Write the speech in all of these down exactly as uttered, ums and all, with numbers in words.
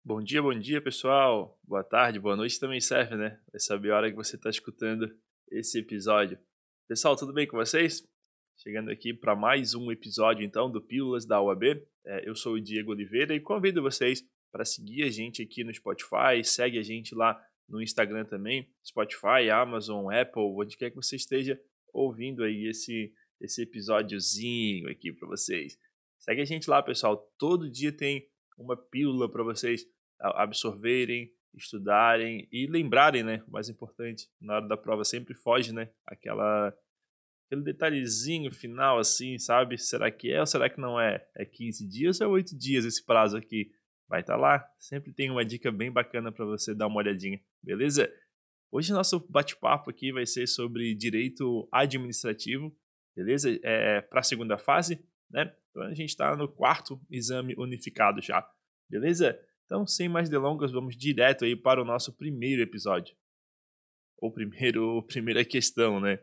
Bom dia, bom dia, pessoal. Boa tarde, boa noite também serve, né? Vai saber a hora que você está escutando esse episódio. Pessoal, tudo bem com vocês? Chegando aqui para mais um episódio, então, do Pílulas da U A B. É, eu sou o Diego Oliveira e convido vocês para seguir a gente aqui no Spotify. Segue a gente lá no Instagram também, Spotify, Amazon, Apple, onde quer que você esteja ouvindo aí esse, esse episódiozinho aqui para vocês. Segue a gente lá, pessoal. Todo dia tem uma pílula para vocês absorverem, estudarem e lembrarem, né? O mais importante, na hora da prova sempre foge, né? Aquela, aquele detalhezinho final assim, sabe? Será que é ou será que não é? É quinze dias ou é oito dias esse prazo aqui? Vai estar tá lá. Sempre tem uma dica bem bacana para você dar uma olhadinha, beleza? Hoje nosso bate-papo aqui vai ser sobre direito administrativo, beleza? É, para a segunda fase, né? Então a gente está no quarto exame unificado já, beleza? Então, sem mais delongas, vamos direto aí para o nosso primeiro episódio. Ou primeiro, primeira questão, né?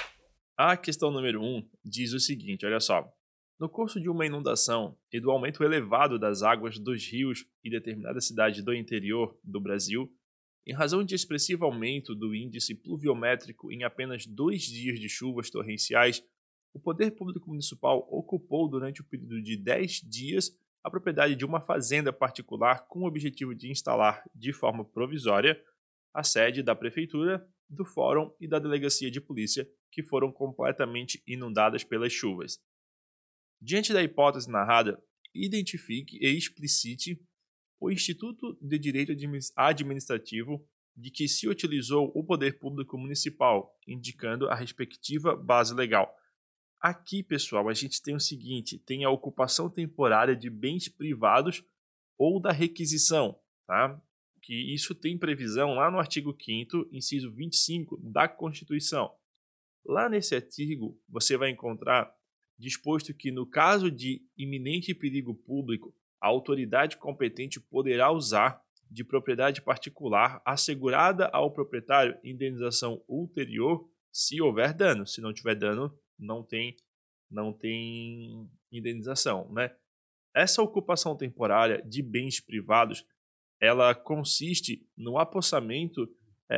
A questão número um diz o seguinte, olha só. No curso de uma inundação e do aumento elevado das águas dos rios em determinada cidade do interior do Brasil, em razão de expressivo aumento do índice pluviométrico em apenas dois dias de chuvas torrenciais, o Poder Público Municipal ocupou durante o período de dez dias a propriedade de uma fazenda particular com o objetivo de instalar, de forma provisória, a sede da Prefeitura, do Fórum e da Delegacia de Polícia, que foram completamente inundadas pelas chuvas. Diante da hipótese narrada, identifique e explicite o Instituto de Direito Administrativo de que se utilizou o Poder Público Municipal, indicando a respectiva base legal. Aqui, pessoal, a gente tem o seguinte, tem a ocupação temporária de bens privados ou da requisição, tá? Que isso tem previsão lá no artigo quinto, inciso vinte e cinco da Constituição. Lá nesse artigo, você vai encontrar disposto que, no caso de iminente perigo público, a autoridade competente poderá usar de propriedade particular assegurada ao proprietário indenização ulterior se houver dano. Se não tiver dano, não tem, não tem indenização, né? Essa ocupação temporária de bens privados, ela consiste no apossamento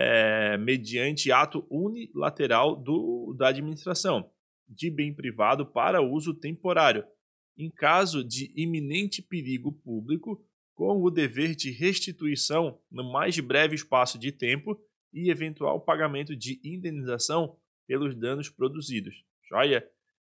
é, mediante ato unilateral do, da administração de bem privado para uso temporário, em caso de iminente perigo público, com o dever de restituição no mais breve espaço de tempo e eventual pagamento de indenização pelos danos produzidos. Joia?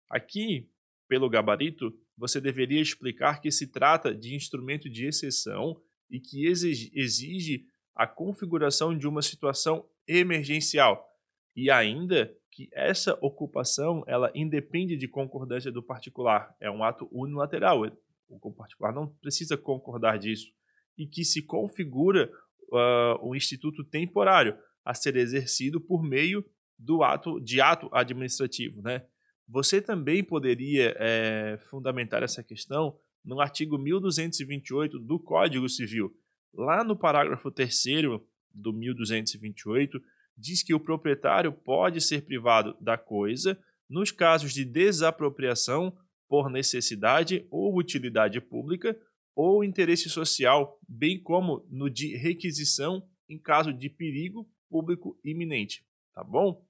Aqui, pelo gabarito, você deveria explicar que se trata de instrumento de exceção e que exige, exige a configuração de uma situação emergencial e ainda que essa ocupação ela independe de concordância do particular, é um ato unilateral, o particular não precisa concordar disso e que se configura uh, um instituto temporário a ser exercido por meio do ato de ato administrativo, né? Você também poderia é, fundamentar essa questão no artigo mil duzentos e vinte e oito do Código Civil. Lá no parágrafo terceiro do mil duzentos e vinte e oito, diz que o proprietário pode ser privado da coisa nos casos de desapropriação por necessidade ou utilidade pública ou interesse social, bem como no de requisição em caso de perigo público iminente. Tá bom?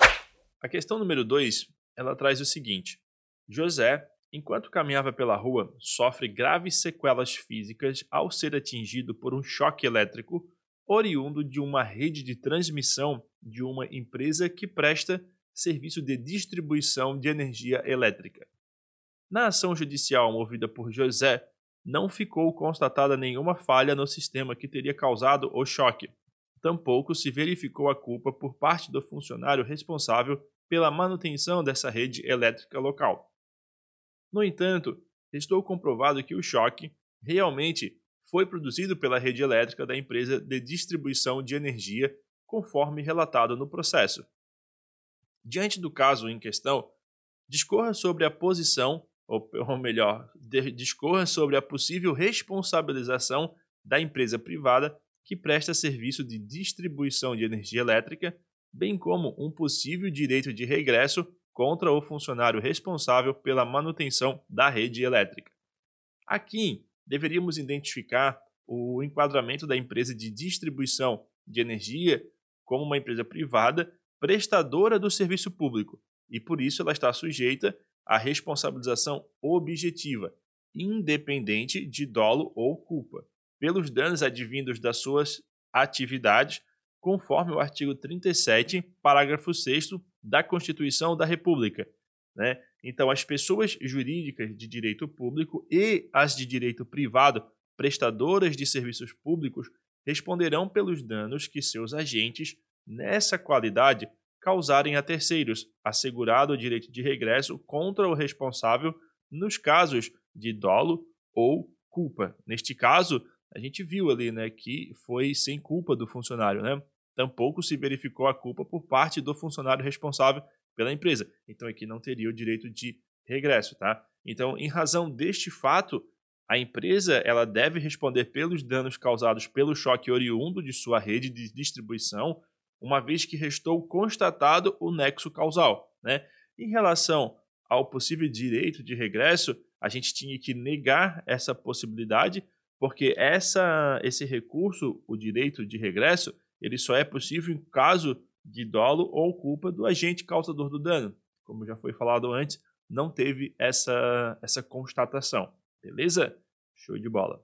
A questão número dois, ela traz o seguinte. José, enquanto caminhava pela rua, sofre graves sequelas físicas ao ser atingido por um choque elétrico oriundo de uma rede de transmissão de uma empresa que presta serviço de distribuição de energia elétrica. Na ação judicial movida por José, não ficou constatada nenhuma falha no sistema que teria causado o choque. Tampouco se verificou a culpa por parte do funcionário responsável pela manutenção dessa rede elétrica local. No entanto, restou comprovado que o choque realmente foi produzido pela rede elétrica da empresa de distribuição de energia, conforme relatado no processo. Diante do caso em questão, discorra sobre a posição, ou, ou melhor, discorra sobre a possível responsabilização da empresa privada que presta serviço de distribuição de energia elétrica, bem como um possível direito de regresso contra o funcionário responsável pela manutenção da rede elétrica. Aqui, deveríamos identificar o enquadramento da empresa de distribuição de energia como uma empresa privada prestadora do serviço público, e por isso ela está sujeita à responsabilização objetiva, independente de dolo ou culpa, pelos danos advindos das suas atividades, conforme o artigo trinta e sete, parágrafo sexto da Constituição da República, né? Então, as pessoas jurídicas de direito público e as de direito privado, prestadoras de serviços públicos, responderão pelos danos que seus agentes, nessa qualidade, causarem a terceiros, assegurado o direito de regresso contra o responsável nos casos de dolo ou culpa. Neste caso, a gente viu ali, né, que foi sem culpa do funcionário, né? Tampouco se verificou a culpa por parte do funcionário responsável pela empresa. Então, aqui não teria o direito de regresso, tá? Então, em razão deste fato, a empresa ela deve responder pelos danos causados pelo choque oriundo de sua rede de distribuição, uma vez que restou constatado o nexo causal, né? Em relação ao possível direito de regresso, a gente tinha que negar essa possibilidade, porque essa, esse recurso, o direito de regresso, ele só é possível em caso de dolo ou culpa do agente causador do dano. Como já foi falado antes, não teve essa, essa constatação. Beleza? Show de bola.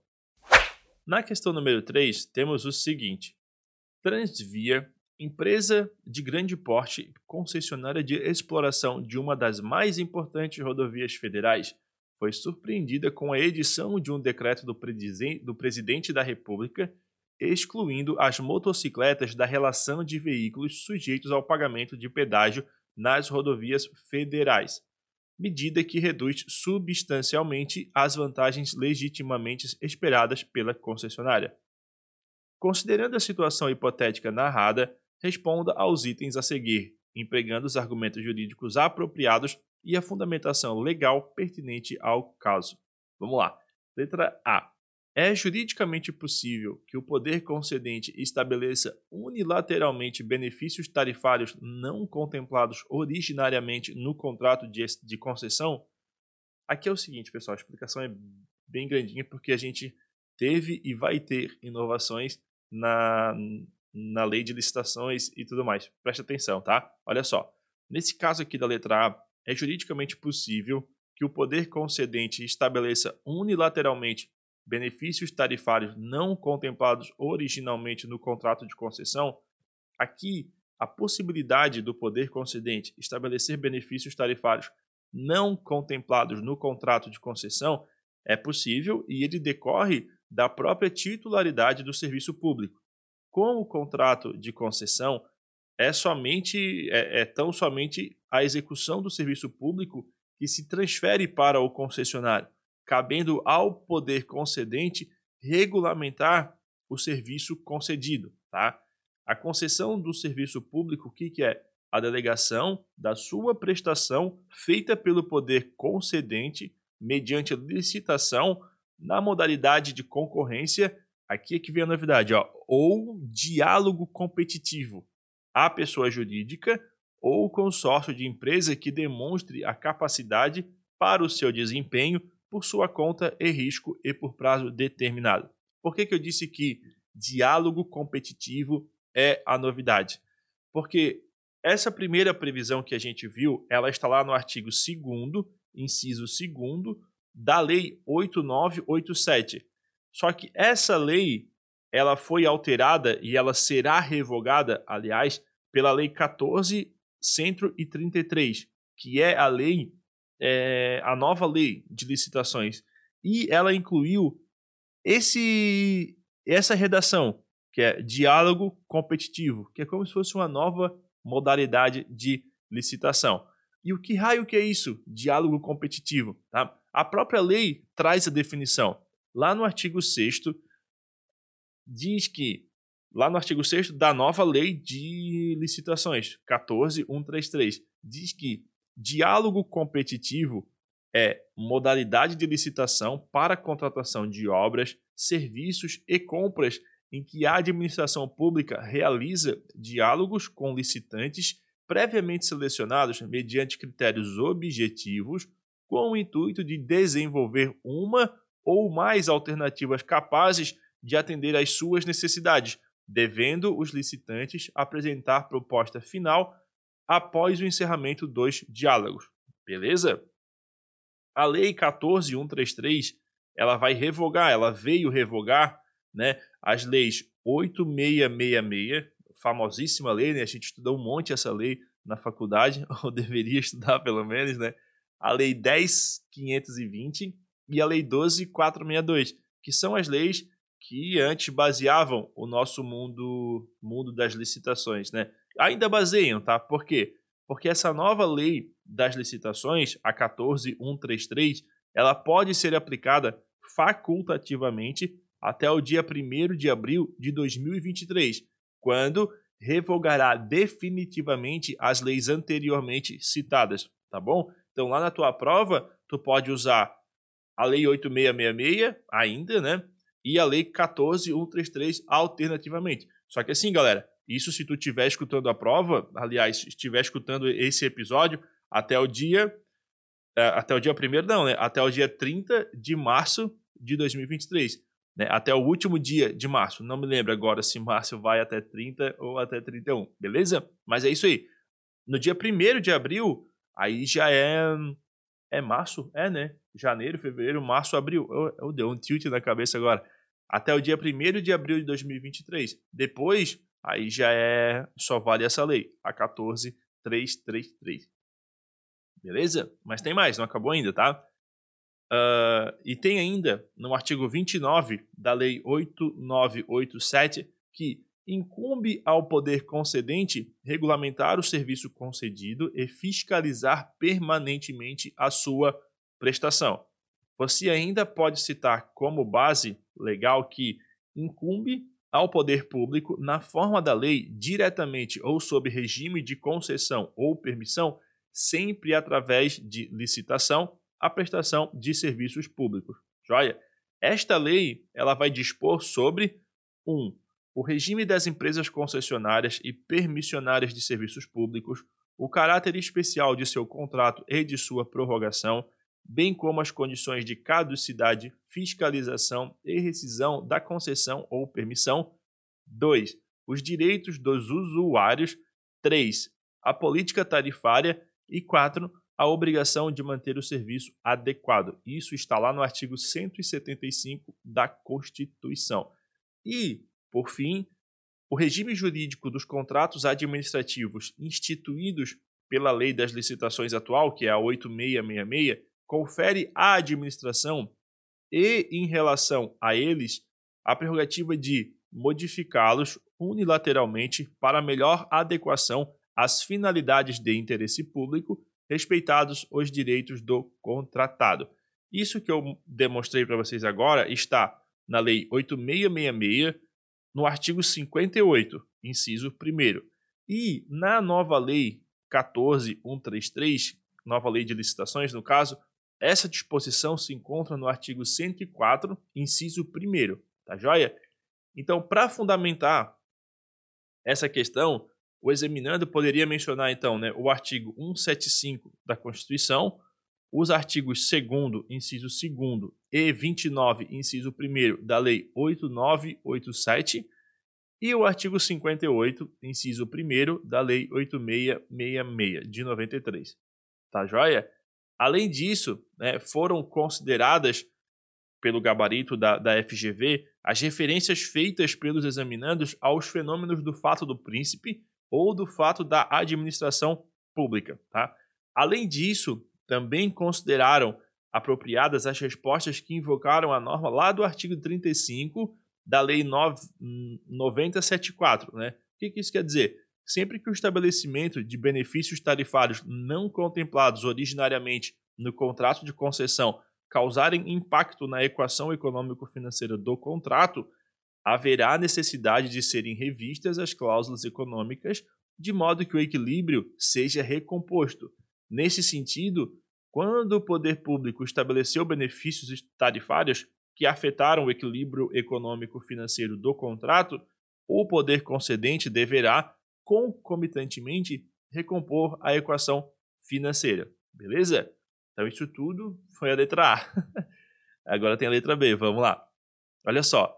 Na questão número três, temos o seguinte. Transvia, empresa de grande porte, concessionária de exploração de uma das mais importantes rodovias federais, foi surpreendida com a edição de um decreto do, presiden- do Presidente da República excluindo as motocicletas da relação de veículos sujeitos ao pagamento de pedágio nas rodovias federais, medida que reduz substancialmente as vantagens legitimamente esperadas pela concessionária. Considerando a situação hipotética narrada, responda aos itens a seguir, empregando os argumentos jurídicos apropriados e a fundamentação legal pertinente ao caso. Vamos lá. Letra A. É juridicamente possível que o poder concedente estabeleça unilateralmente benefícios tarifários não contemplados originariamente no contrato de, de concessão? Aqui é o seguinte, pessoal, a explicação é bem grandinha porque a gente teve e vai ter inovações na, na lei de licitações e tudo mais. Preste atenção, tá? Olha só. Nesse caso aqui da letra A, é juridicamente possível que o poder concedente estabeleça unilateralmente benefícios tarifários não contemplados originalmente no contrato de concessão. Aqui, a possibilidade do poder concedente estabelecer benefícios tarifários não contemplados no contrato de concessão é possível e ele decorre da própria titularidade do serviço público. Com o contrato de concessão, é, somente, é, é tão somente a execução do serviço público que se transfere para o concessionário, cabendo ao poder concedente regulamentar o serviço concedido. Tá? A concessão do serviço público, o que, que é? A delegação da sua prestação feita pelo poder concedente mediante licitação na modalidade de concorrência, aqui é que vem a novidade, ó, ou diálogo competitivo, a pessoa jurídica ou consórcio de empresa que demonstre a capacidade para o seu desempenho por sua conta e risco e por prazo determinado. Por que que eu disse que diálogo competitivo é a novidade? Porque essa primeira previsão que a gente viu, ela está lá no artigo segundo, inciso segundo, da Lei oito nove oito sete. Só que essa lei, ela foi alterada e ela será revogada, aliás, pela Lei quatorze cento e trinta e três, que é a lei, é, a nova lei de licitações. E ela incluiu esse, essa redação, que é diálogo competitivo, que é como se fosse uma nova modalidade de licitação. E o que raio que é isso? Diálogo competitivo. Tá? A própria lei traz a definição. Lá no artigo sexto, diz que, lá no artigo sexto da nova lei de licitações, quatorze mil cento e trinta e três, diz que diálogo competitivo é modalidade de licitação para contratação de obras, serviços e compras em que a administração pública realiza diálogos com licitantes previamente selecionados mediante critérios objetivos com o intuito de desenvolver uma ou mais alternativas capazes de atender às suas necessidades, devendo os licitantes apresentar proposta final após o encerramento dos diálogos. Beleza? A Lei quatorze mil cento e trinta e três, ela vai revogar, ela veio revogar, né, as leis oito mil seiscentos e sessenta e seis, famosíssima lei, né? A gente estudou um monte essa lei na faculdade, ou deveria estudar pelo menos, né? A Lei dez mil quinhentos e vinte e a Lei doze mil quatrocentos e sessenta e dois, que são as leis que antes baseavam o nosso mundo, mundo das licitações, né? Ainda baseiam, tá? Por quê? Porque essa nova lei das licitações, a quatorze mil cento e trinta e três, ela pode ser aplicada facultativamente até o dia primeiro de abril de dois mil e vinte e três, quando revogará definitivamente as leis anteriormente citadas, tá bom? Então, lá na tua prova, tu pode usar a Lei oito mil seiscentos e sessenta e seis ainda, né? E a Lei quatorze mil cento e trinta e três alternativamente. Só que assim, galera, isso se tu estiver escutando a prova, aliás, estiver escutando esse episódio até o dia... Até o dia primeiro, não, né? Até o dia trinta de março de dois mil e vinte e três. Né? Até o último dia de março. Não me lembro agora se março vai até trinta ou até trinta e um, beleza? Mas é isso aí. No dia primeiro de abril, aí já é... É março? É, né? Janeiro, fevereiro, março, abril. Eu, eu dei um tilt na cabeça agora. Até o dia primeiro de abril de dois mil e vinte e três. Depois, aí já é... Só vale essa lei. A quatorze mil trezentos e trinta e três. Beleza? Mas tem mais, não acabou ainda, tá? Uh, e tem ainda, no artigo vinte e nove da Lei oito mil novecentos e oitenta e sete, que incumbe ao poder concedente regulamentar o serviço concedido e fiscalizar permanentemente a sua prestação. Você ainda pode citar como base legal que incumbe ao poder público, na forma da lei, diretamente ou sob regime de concessão ou permissão, sempre através de licitação, a prestação de serviços públicos. Joia? Esta lei ela vai dispor sobre um, o regime das empresas concessionárias e permissionárias de serviços públicos, o caráter especial de seu contrato e de sua prorrogação, bem como as condições de caducidade, fiscalização e rescisão da concessão ou permissão. dois. Os direitos dos usuários. três. A política tarifária. E quatro. A obrigação de manter o serviço adequado. Isso está lá no artigo cento e setenta e cinco da Constituição. E, por fim, o regime jurídico dos contratos administrativos instituídos pela Lei das Licitações atual, que é a oito mil seiscentos e sessenta e seis, confere à administração e, em relação a eles, a prerrogativa de modificá-los unilateralmente para melhor adequação às finalidades de interesse público, respeitados os direitos do contratado. Isso que eu demonstrei para vocês agora está na Lei oito mil seiscentos e sessenta e seis, no artigo cinquenta e oito, inciso primeiro. E na nova Lei quatorze mil cento e trinta e três, nova Lei de Licitações, no caso, essa disposição se encontra no artigo cento e quatro, inciso primeiro. Tá joia? Então, para fundamentar essa questão, o examinando poderia mencionar, então, né, o artigo cento e setenta e cinco da Constituição, os artigos segundo, inciso segundo e vinte e nove, inciso primeiro da Lei oito mil novecentos e oitenta e sete e o artigo cinquenta e oito, inciso primeiro da Lei oito mil seiscentos e sessenta e seis, de noventa e três. Tá joia? Além disso, né, foram consideradas pelo gabarito da, da F G V as referências feitas pelos examinandos aos fenômenos do fato do príncipe ou do fato da administração pública. Tá? Além disso, também consideraram apropriadas as respostas que invocaram a norma lá do artigo trinta e cinco da Lei noventa e sete quatro. Né? O que, que isso quer dizer? Sempre que o estabelecimento de benefícios tarifários não contemplados originariamente no contrato de concessão causarem impacto na equação econômico-financeira do contrato, haverá necessidade de serem revistas as cláusulas econômicas de modo que o equilíbrio seja recomposto. Nesse sentido, quando o poder público estabeleceu benefícios tarifários que afetaram o equilíbrio econômico-financeiro do contrato, o poder concedente deverá, concomitantemente, recompor a equação financeira. Beleza? Então isso tudo foi a letra A. Agora tem a letra B, vamos lá. Olha só.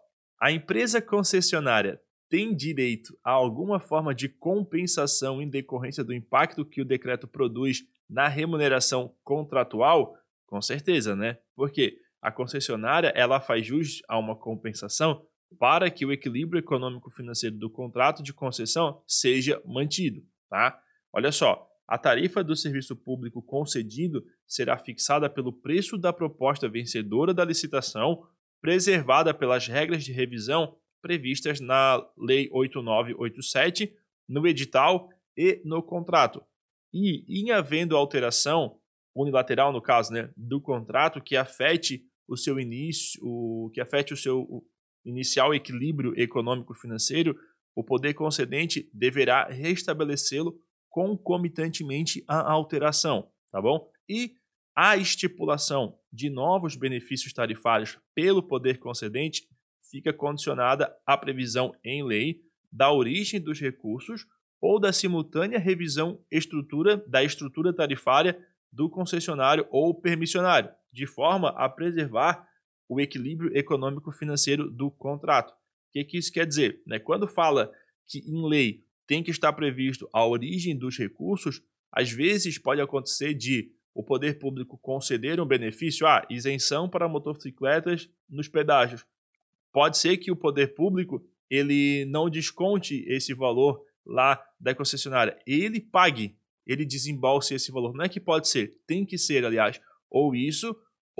A empresa concessionária tem direito a alguma forma de compensação em decorrência do impacto que o decreto produz na remuneração contratual? Com certeza, né? Porque a concessionária ela faz jus a uma compensação para que o equilíbrio econômico-financeiro do contrato de concessão seja mantido, tá? Olha só, a tarifa do serviço público concedido será fixada pelo preço da proposta vencedora da licitação, preservada pelas regras de revisão previstas na Lei oito nove oito sete, no edital e no contrato. E, em havendo alteração unilateral, no caso, né, do contrato que afete o seu início, o, que afete o seu o inicial equilíbrio econômico-financeiro, o poder concedente deverá restabelecê-lo concomitantemente à alteração, tá bom? E a estipulação de novos benefícios tarifários pelo poder concedente fica condicionada à previsão em lei da origem dos recursos ou da simultânea revisão estrutura, da estrutura tarifária do concessionário ou permissionário, de forma a preservar o equilíbrio econômico-financeiro do contrato. O que, que isso quer dizer? Né? Quando fala que em lei tem que estar previsto a origem dos recursos, às vezes pode acontecer de o poder público conceder um benefício, ah, isenção para motocicletas nos pedágios. Pode ser que o poder público ele não desconte esse valor lá da concessionária, ele pague, ele desembolse esse valor. Não é que pode ser, tem que ser, aliás, ou isso,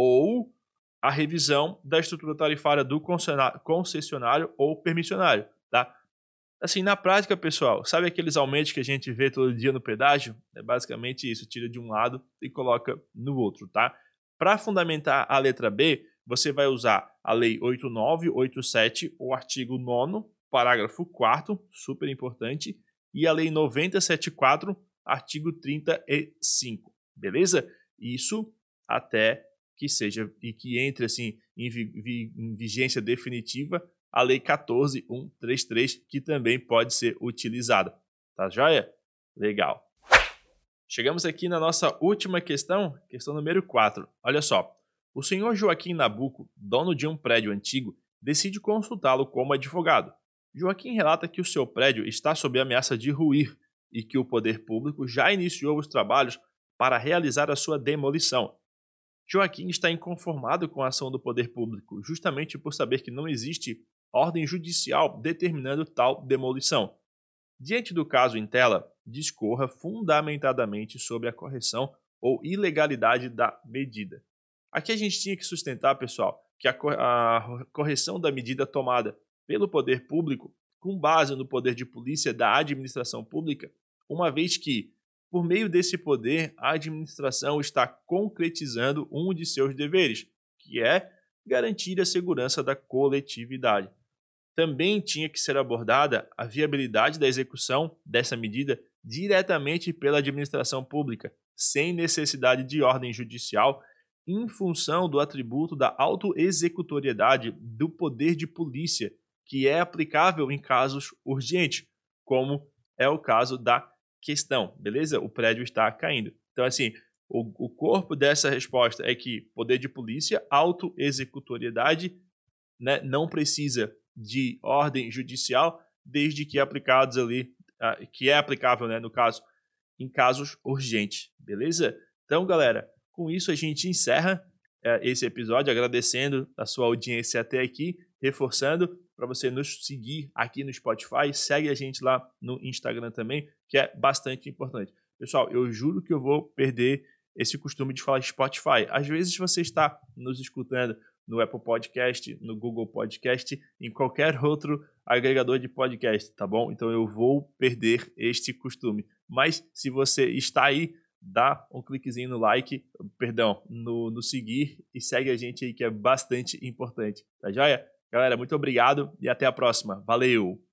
ou a revisão da estrutura tarifária do concessionário ou permissionário, tá? Assim, na prática, pessoal, sabe aqueles aumentos que a gente vê todo dia no pedágio? É basicamente isso, tira de um lado e coloca no outro, tá? Para fundamentar a letra B, você vai usar a Lei oito nove oito sete, o artigo nono, parágrafo quarto, super importante, e a Lei noventa e sete quatro, artigo trinta e cinco, beleza? Isso até que seja e que entre assim em, vi, em vigência definitiva a Lei quatorze mil cento e trinta e três, que também pode ser utilizada. Tá joia? Legal. Chegamos aqui na nossa última questão, questão número quatro. Olha só. O senhor Joaquim Nabuco, dono de um prédio antigo, decide consultá-lo como advogado. Joaquim relata que o seu prédio está sob ameaça de ruir e que o poder público já iniciou os trabalhos para realizar a sua demolição. Joaquim está inconformado com a ação do poder público, justamente por saber que não existe ordem judicial determinando tal demolição. Diante do caso em tela, discorra fundamentadamente sobre a correção ou ilegalidade da medida. Aqui a gente tinha que sustentar, pessoal, que a, cor a correção da medida tomada pelo poder público, com base no poder de polícia da administração pública, uma vez que, por meio desse poder, a administração está concretizando um de seus deveres, que é garantir a segurança da coletividade. Também tinha que ser abordada a viabilidade da execução dessa medida diretamente pela administração pública, sem necessidade de ordem judicial, em função do atributo da autoexecutoriedade do poder de polícia, que é aplicável em casos urgentes, como é o caso da questão, beleza? O prédio está caindo. Então, assim, o, o corpo dessa resposta é que poder de polícia, autoexecutoriedade, né, não precisa de ordem judicial, desde que aplicados ali, uh, que é aplicável, né, no caso, em casos urgentes, beleza? Então, galera, com isso a gente encerra uh, esse episódio, agradecendo a sua audiência até aqui, reforçando para você nos seguir aqui no Spotify, segue a gente lá no Instagram também, que é bastante importante. Pessoal, eu juro que eu vou perder esse costume de falar Spotify. Às vezes você está nos escutando no Apple Podcast, no Google Podcast, em qualquer outro agregador de podcast, tá bom? Então eu vou perder este costume. Mas se você está aí, dá um cliquezinho no like, perdão, no, no seguir e segue a gente aí que é bastante importante, tá joia? Galera, muito obrigado e até a próxima. Valeu!